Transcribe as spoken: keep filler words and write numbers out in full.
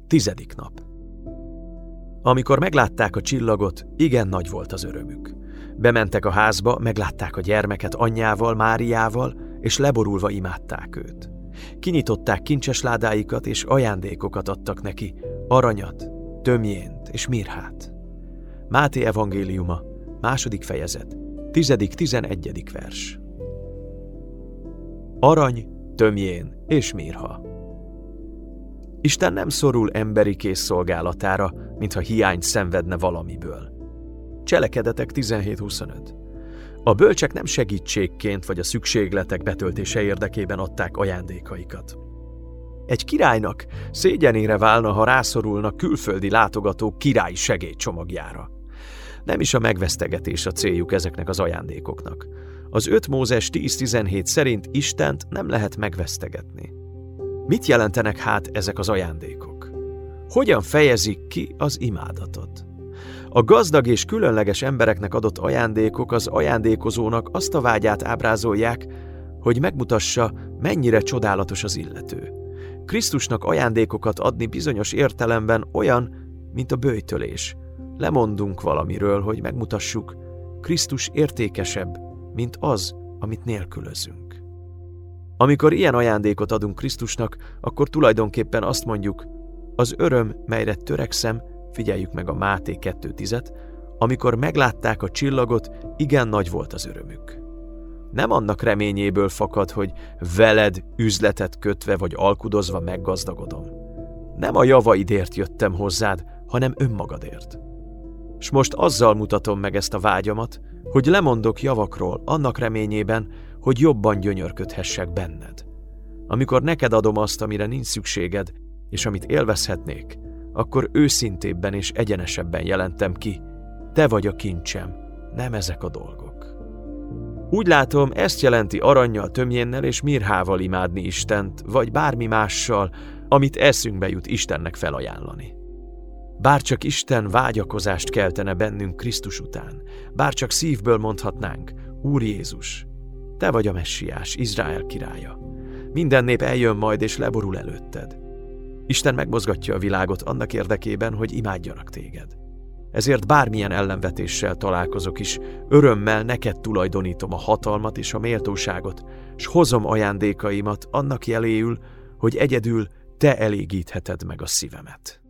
Tizedik nap. Amikor meglátták a csillagot, igen nagy volt az örömük. Bementek a házba, meglátták a gyermeket anyjával, Máriával, és leborulva imádták őt. Kinyitották kincses ládáikat, és ajándékokat adtak neki, aranyat, tömjént és mirhát. Máté evangéliuma, második fejezet, tizedik, tizenegyedik vers. Arany, tömjén és mirha. Isten nem szorul emberi kész szolgálatára, mintha hiányt szenvedne valamiből. Cselekedetek tizenhét huszonöt. A bölcsek nem segítségként vagy a szükségletek betöltése érdekében adták ajándékaikat. Egy királynak szégyenére válna, ha rászorulna külföldi látogatók királyi segélycsomagjára. Nem is a megvesztegetés a céljuk ezeknek az ajándékoknak. Az öt Mózes tíz tizenhét szerint Istent nem lehet megvesztegetni. Mit jelentenek hát ezek az ajándékok? Hogyan fejezik ki az imádatot? A gazdag és különleges embereknek adott ajándékok az ajándékozónak azt a vágyát ábrázolják, hogy megmutassa, mennyire csodálatos az illető. Krisztusnak ajándékokat adni bizonyos értelemben olyan, mint a böjtölés. Lemondunk valamiről, hogy megmutassuk, Krisztus értékesebb, mint az, amit nélkülözünk. Amikor ilyen ajándékot adunk Krisztusnak, akkor tulajdonképpen azt mondjuk, az öröm, melyre törekszem, figyeljük meg a Máté kettő tízet, amikor meglátták a csillagot, igen nagy volt az örömük. Nem annak reményéből fakad, hogy veled üzletet kötve vagy alkudozva meggazdagodom. Nem a javaidért jöttem hozzád, hanem önmagadért. S most azzal mutatom meg ezt a vágyamat, hogy lemondok javakról annak reményében, hogy jobban gyönyörködhessek benned. Amikor neked adom azt, amire nincs szükséged, és amit élvezhetnék, akkor őszintébben és egyenesebben jelentem ki, te vagy a kincsem, nem ezek a dolgok. Úgy látom, ezt jelenti arannyal, tömjénnel és mirhával imádni Istent, vagy bármi mással, amit eszünkbe jut Istennek felajánlani. Bárcsak Isten vágyakozást keltene bennünk Krisztus után, bárcsak szívből mondhatnánk, Úr Jézus, te vagy a messiás, Izrael királya. Minden nép eljön majd és leborul előtted. Isten megmozgatja a világot annak érdekében, hogy imádjanak téged. Ezért bármilyen ellenvetéssel találkozok is, örömmel neked tulajdonítom a hatalmat és a méltóságot, s hozom ajándékaimat annak jeléül, hogy egyedül te elégítheted meg a szívemet.